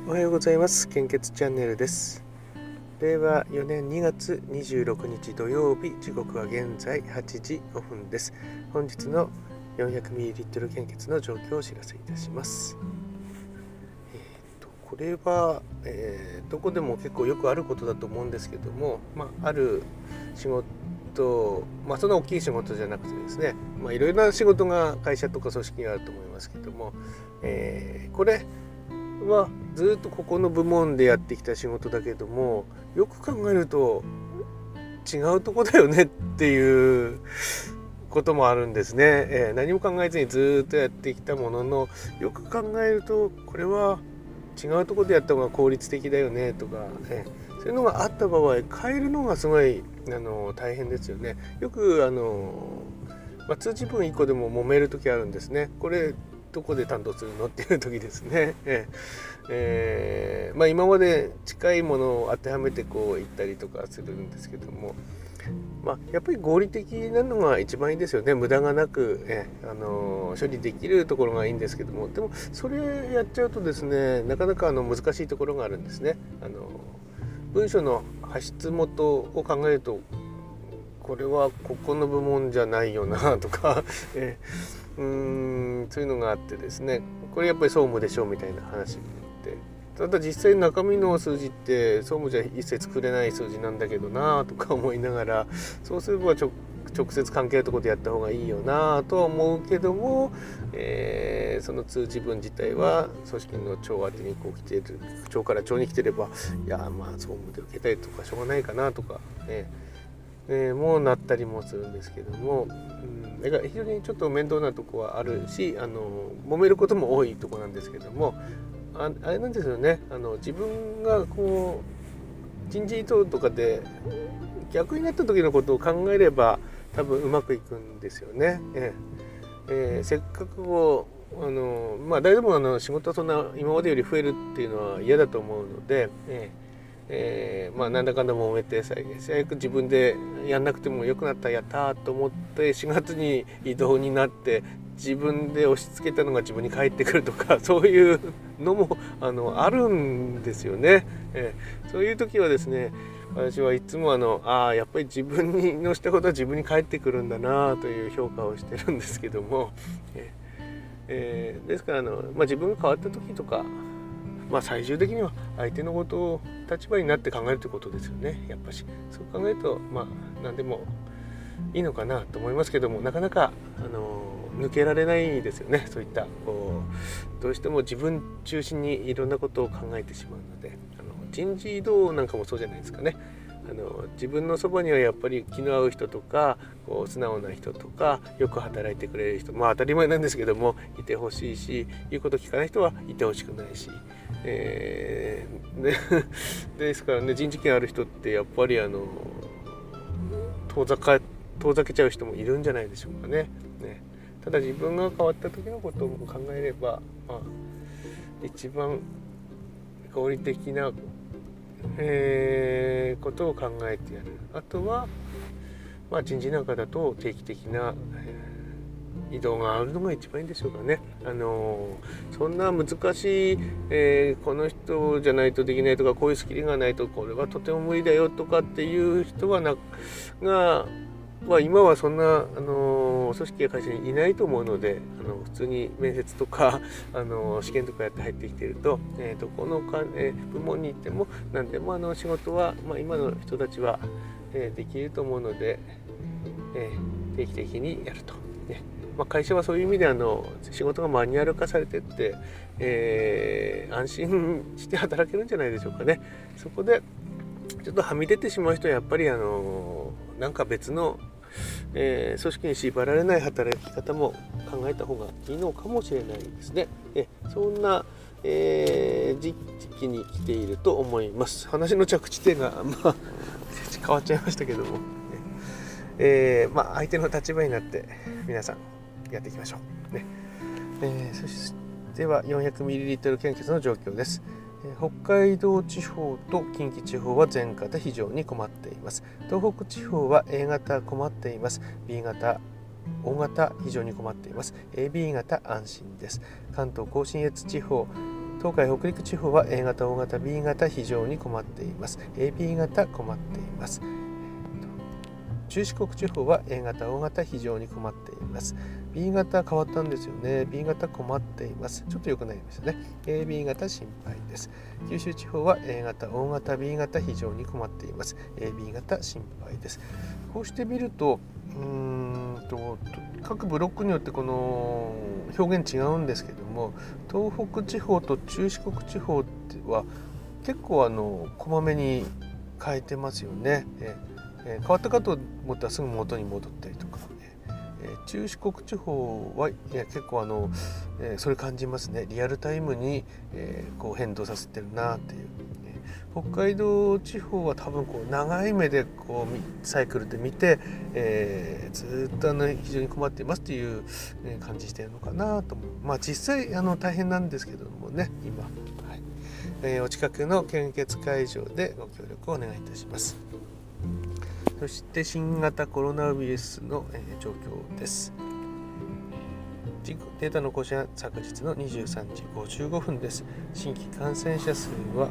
おはようございます。献血チャンネルです。令和4年2月26日土曜日、時刻は現在8時5分です。本日の 400ml 献血の状況をお知らせいたします。これは、どこでも結構よくあることだと思うんですけども、ある仕事、そんな大きい仕事じゃなくてですね、いろいろな仕事が会社とか組織があると思いますけども、これはずっとここの部門でやってきた仕事だけども、よく考えると違うとこだよねっていうこともあるんですね。何も考えずにずっとやってきたものの、よく考えるとこれは違うとこでやった方が効率的だよねとか、そういうのがあった場合変えるのがすごい大変ですよね。よく通知分1個でも揉める時あるんですね。これどこで担当するのっていう時ですね。今まで近いものを当てはめてこう言ったりとかするんですけども、やっぱり合理的なのが一番いいですよね。無駄がなく、処理できるところがいいんですけども、でもそれやっちゃうとですね、なかなか難しいところがあるんですね。文書の発出元を考えると、これはここの部門じゃないよなとか、そういうのがあってですね、これやっぱり総務でしょみたいな話になって、ただ実際中身の数字って総務じゃ一切作れない数字なんだけどなとか思いながら、そうすれば直接関係あるところでやった方がいいよなとは思うけども、その通知文自体は組織の長宛てにこう来ている、長から長に来てれば、いや総務で受けたりとかしょうがないかなとか、もうなったりもするんですけども、だから非常にちょっと面倒なとこはあるし、揉めることも多いとこなんですけども、あれなんですよね。自分がこう人事異動とかで逆になった時のことを考えれば多分うまくいくんですよね。せっかくこう誰でも仕事はそんな今までより増えるっていうのは嫌だと思うので、なんだかんだ揉めて最悪自分でやんなくてもよくなった、やったと思って4月に異動になって自分で押し付けたのが自分に返ってくるとか、そういうのもあるんですよね。そういう時はですね、私はいつもやっぱり自分のしたことは自分に返ってくるんだなという評価をしてるんですけども、ですから自分が変わった時とか、最終的には相手のことを立場になって考えるということですよね。やっぱしそう考えると何でもいいのかなと思いますけども、なかなか抜けられないですよね。そういったどうしても自分中心にいろんなことを考えてしまうので、人事異動なんかもそうじゃないですかね。自分のそばにはやっぱり気の合う人とか素直な人とかよく働いてくれる人、当たり前なんですけどもいてほしいし、言うこと聞かない人はいてほしくないし、ですからね、人事権ある人ってやっぱり遠ざけちゃう人もいるんじゃないでしょうかね。ただ自分が変わった時のことを考えれば、一番合理的なことを考えてやる。あとは、人事なんかだと定期的な、移動があるのが一番いいんでしょうかね。そんな難しい、この人じゃないとできないとか、こういうスキルがないとこれはとても無理だよとかっていう人は今はそんな組織や会社にいないと思うので、普通に面接とか試験とかやって入ってきていると、どこの部門に行っても何でも仕事は、今の人たちは、できると思うので、定期的にやると。会社はそういう意味で仕事がマニュアル化されてって、安心して働けるんじゃないでしょうかね。そこでちょっとはみ出てしまう人はやっぱりなんか別の、組織に縛られない働き方も考えた方がいいのかもしれないですね。そんな、時期に来ていると思います。話の着地点が変わっちゃいましたけども、相手の立場になって皆さんやっていきましょうね。そしては 400ml 献血の状況です。北海道地方と近畿地方は全型非常に困っています。東北地方は A 型困っています。 B 型O 型非常に困っています。 AB 型安心です。関東甲信越地方東海北陸地方は A 型、O 型、B 型非常に困っています。AB 型困っています。中四国地方は A 型、O 型非常に困っています。B 型変わったんですよね。B 型困っています。ちょっと良くなりましたね。AB 型心配です。九州地方は A 型、O 型、B 型非常に困っています。AB 型心配です。こうしてみると、各ブロックによってこの表現違うんですけども、東北地方と中四国地方は結構こまめに変えてますよね。変わったかと思ったらすぐ元に戻ったりとか、中四国地方は結構それ感じますね。リアルタイムに、こう変動させてるなっていう。北海道地方は多分こう長い目でこうサイクルで見て、ずっと非常に困っていますという感じしているのかなと思う。実際大変なんですけどもね今、お近くの献血会場でご協力をお願いいたします。そして新型コロナウイルスの状況です。データの更新は昨日の23時55分です。新規感染者数は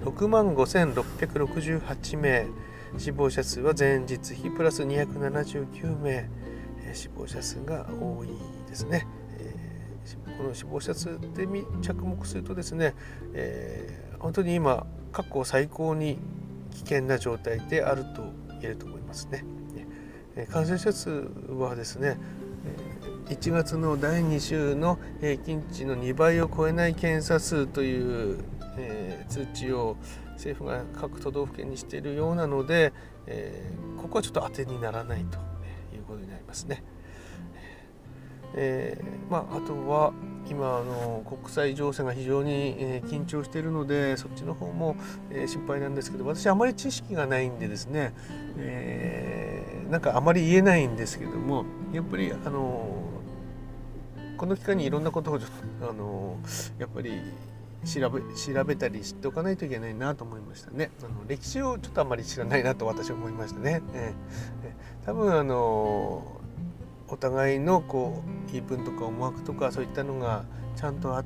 65,668名、死亡者数は前日比プラス279名、死亡者数が多いですね。この死亡者数で着目するとですね、本当に今過去最高に危険な状態であると言えると思いますね。感染者数はですね、1月の第2週の平均値の2倍を超えない検査数という、通知を政府が各都道府県にしているようなので、ここはちょっと当てにならないということになりますね。あとは今国際情勢が非常に緊張しているのでそっちの方も心配なんですけど、私あまり知識がないんでですね、なんかあまり言えないんですけども、やっぱりこの期間にいろんなことをやっぱり調べたり知っておかないといけないなと思いましたね。歴史をちょっとあまり知らないなと私は思いましたね。多分お互いのこう言い分とか思惑とかそういったのがちゃんとあって、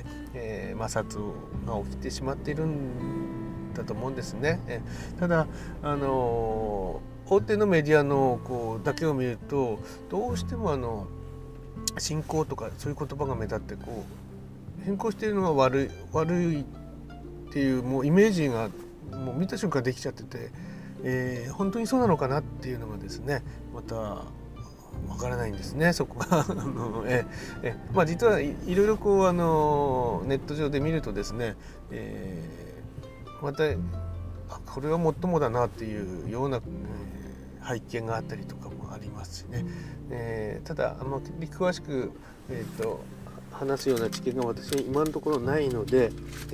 摩擦が起きてしまっているんだと思うんですね。ただ大手のメディアのこうだけを見るとどうしても信仰とかそういう言葉が目立ってこう変更しているのが悪いっていうもうイメージがもう見た瞬間できちゃってて、本当にそうなのかなっていうのがですねまたわからないんですね、そこが実はいろいろこうネット上で見るとですね、またこれはもっともだなっていうような、背景があったりとかもありますしね、ただあんまり詳しく、話すような知見が私に今のところないので、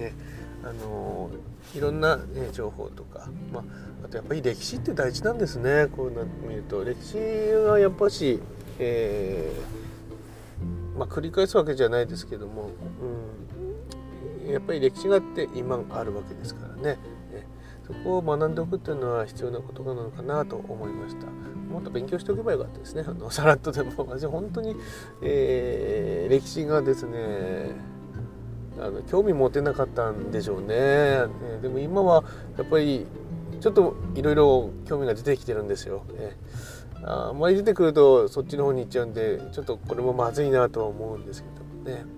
いろんな、情報とか、あとやっぱり歴史って大事なんですね。こういうの見ると歴史はやっぱし、繰り返すわけじゃないですけども、やっぱり歴史があって今あるわけですからね。そこを学んでおくっていうのは必要なことなのかなと思いました。もっと勉強しておけばよかったですね。さらっとでも私本当に、歴史がですね興味持てなかったんでしょうね。でも今はやっぱりちょっといろいろ興味が出てきてるんですよ。あんまり出てくるとそっちの方に行っちゃうんでちょっとこれもまずいなとは思うんですけどね、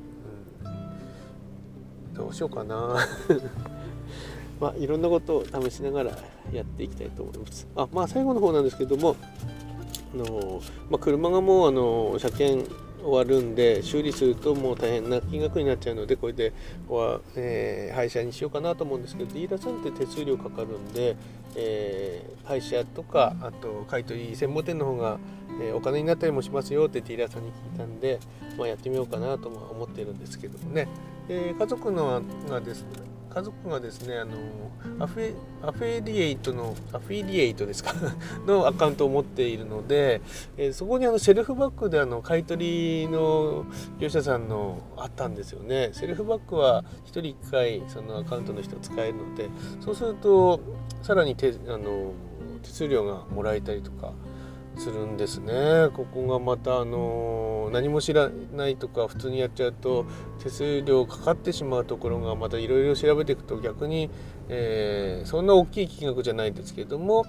どうしようかな。いろんなことを試しながらやっていきたいと思います。最後の方なんですけども車がもう車検終わるんで修理するともう大変な金額になっちゃうのでこれで廃車にしようかなと思うんですけど、ディーラーさんって手数料かかるんで、廃車とかあと買い取り専門店の方が、お金になったりもしますよってディーラーさんに聞いたんで、やってみようかなとも思っているんですけどもね、家族がですねアフィリエイトですかのアカウントを持っているので、そこにセルフバッグで買い取りの業者さんのあったんですよね。セルフバッグは1人1回そのアカウントの人使えるので、そうするとさらに手数料がもらえたりとかするんですね。ここがまた何も知らないとか普通にやっちゃうと手数料かかってしまうところがまたいろいろ調べていくと逆に、そんな大きい金額じゃないですけども、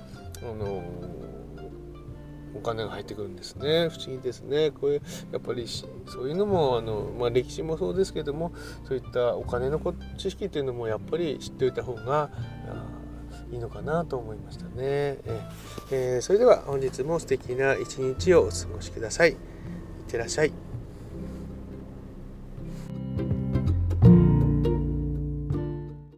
お金が入ってくるんですね。不思議ですね。これやっぱりそういうのも歴史もそうですけども、そういったお金の知識というのもやっぱり知っておいた方がいいのかなと思いましたね。それでは本日も素敵な一日をお過ごしください。いってらっしゃい。